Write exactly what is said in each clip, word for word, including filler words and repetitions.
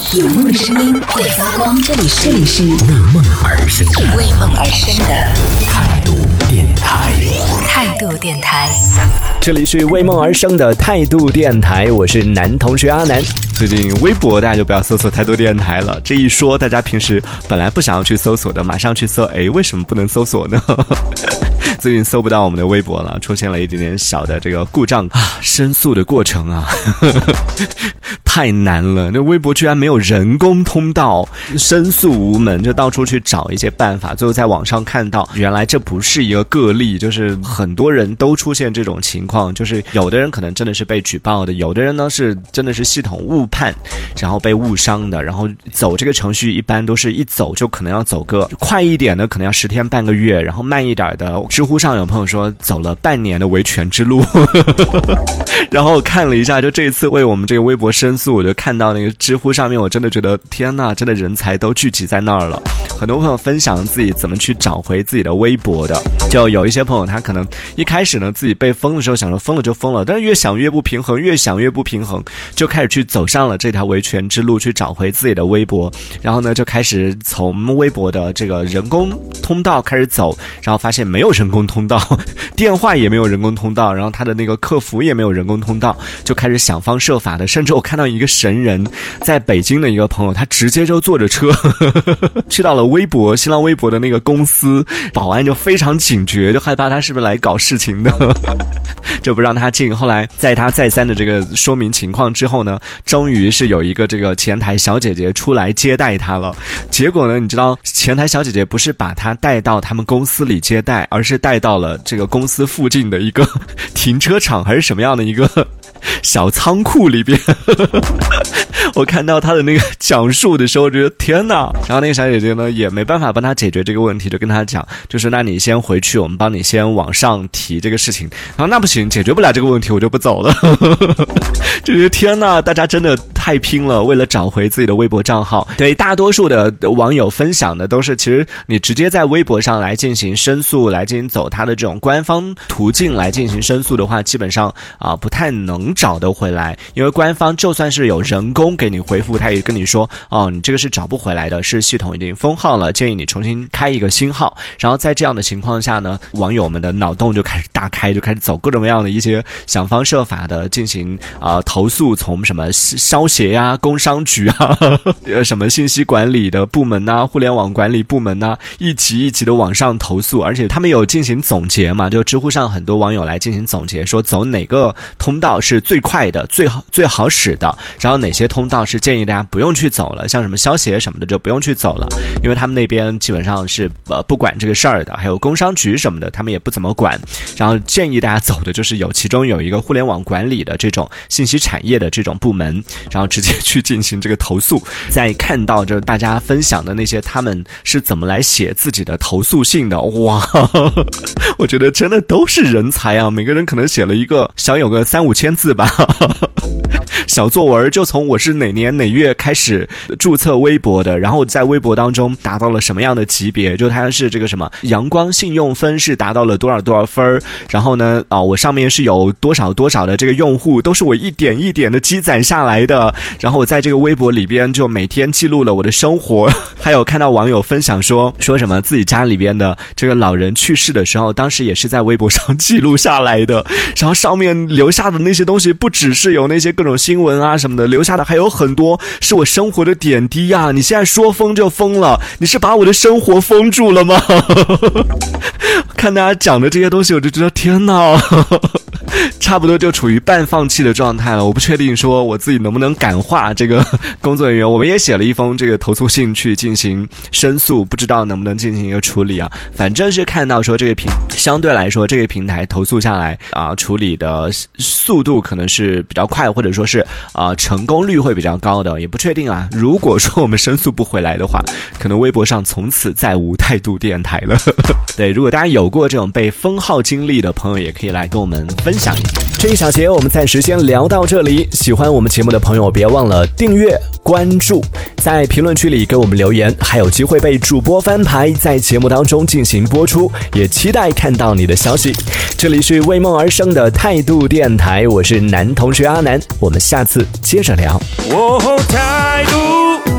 有梦的声音会发光，这里是这里是为梦而生的为梦而生的态度电台。 态度电台， 这里是为梦而生的态度电台，我是男同学阿南。最近微博大家就不要搜索态度电台了，这一说大家平时本来不想要去搜索的，马上去搜，哎，为什么不能搜索呢？最近搜不到我们的微博了，出现了一点点小的这个故障啊，申诉的过程啊太难了，那微博居然没有人工通道，申诉无门，就到处去找一些办法，最后在网上看到原来这不是一个个例，就是很多人都出现这种情况，就是有的人可能真的是被举报的，有的人呢是真的是系统误判然后被误伤的，然后走这个程序一般都是一走就可能要走个快一点的可能要十天半个月，然后慢一点的知乎上有朋友说走了半年的维权之路然后看了一下，就这一次为我们这个微博申诉，我就看到那个知乎上面，我真的觉得天哪，真的人才都聚集在那儿了，很多朋友分享自己怎么去找回自己的微博的，就有一些朋友他可能一开始呢自己被封的时候想说封了就封了，但是越想越不平衡，越想越不平衡，就开始去走上了这条维权之路，去找回自己的微博，然后呢就开始从微博的这个人工通道开始走，然后发现没有人工通道，电话也没有人工通道，然后他的那个客服也没有人工通道，就开始想方设法的，甚至我看到一个神人，在北京的一个朋友，他直接就坐着车去到了微博新浪微博的那个公司，保安就非常警觉，就害怕他是不是来搞事情的就不让他进。后来在他再三的这个说明情况之后呢，终于是有一个这个前台小姐姐出来接待他了。结果呢，你知道前台小姐姐不是把他带到他们公司里接待，而是带到了这个公司附近的一个停车场还是什么样的一个小仓库里边我看到他的那个讲述的时候觉得天哪，然后那个小姐姐呢也没办法帮他解决这个问题，就跟他讲，就是那你先回去，我们帮你先往上提这个事情。然后那不行，解决不了这个问题我就不走了就觉得天哪，大家真的太拼了，为了找回自己的微博账号。对，大多数的网友分享的都是其实你直接在微博上来进行申诉，来进行走他的这种官方途径来进行申诉的话，基本上啊、呃、不太能找得回来，因为官方就算是有人工给你回复，他也跟你说哦，你这个是找不回来的，是系统已经封号了，建议你重新开一个新号。然后在这样的情况下呢，网友们的脑洞就开始大开，就开始走各种各样的一些想方设法的进行啊、呃、投诉，从什么消协呀、工商局啊呃什么信息管理的部门啊、互联网管理部门啊，一级一级的往上投诉。而且他们有进行总结嘛，就知乎上很多网友来进行总结，说走哪个通道是最快的、最好最好使的，然后哪些通道是建议大家不用去走了，像什么消协什么的就不用去走了，因为他们那边基本上是呃不管这个事儿的，还有工商局什么的他们也不怎么管，然后建议大家走的就是有其中有一个互联网管理的这种信息产业的这种部门，然后直接去进行这个投诉。再看到就是大家分享的那些他们是怎么来写自己的投诉信的，哇我觉得真的都是人才啊，每个人可能写了一个小有个三五千字吧小作文，就从我是哪年哪月开始注册微博的，然后在微博当中达到了什么样的级别，就它是这个什么阳光信用分是达到了多少多少分，然后呢啊、哦，我上面是有多少多少的这个用户，都是我一点一点的积攒下来的，然后我在这个微博里边就每天记录了我的生活还有看到网友分享说说什么自己家里边的这个老人去世的时候，当时也是在微博上记录下来的，然后上面留下的那些东西不只是有那些各种新闻啊什么的，留下的还有很多是我生活的点滴啊，你现在说封就封了，你是把我的生活封住了吗看大家讲的这些东西我就觉得天哪差不多就处于半放弃的状态了，我不确定说我自己能不能感化这个工作人员。我们也写了一封这个投诉信去进行申诉，不知道能不能进行一个处理啊。反正是看到说这个平相对来说这个平台投诉下来啊，处理的速度可能是比较快，或者说是啊成功率会比较高的，也不确定啊。如果说我们申诉不回来的话，可能微博上从此再无态度电台了对，如果大家有过这种被封号经历的朋友，也可以来跟我们分享一下。这一小节我们暂时先聊到这里，喜欢我们节目的朋友别忘了订阅关注，在评论区里给我们留言，还有机会被主播翻牌在节目当中进行播出，也期待看到你的消息。这里是为梦而生的态度电台，我是男同学阿南，我们下次接着聊。 哦，态度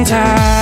电台。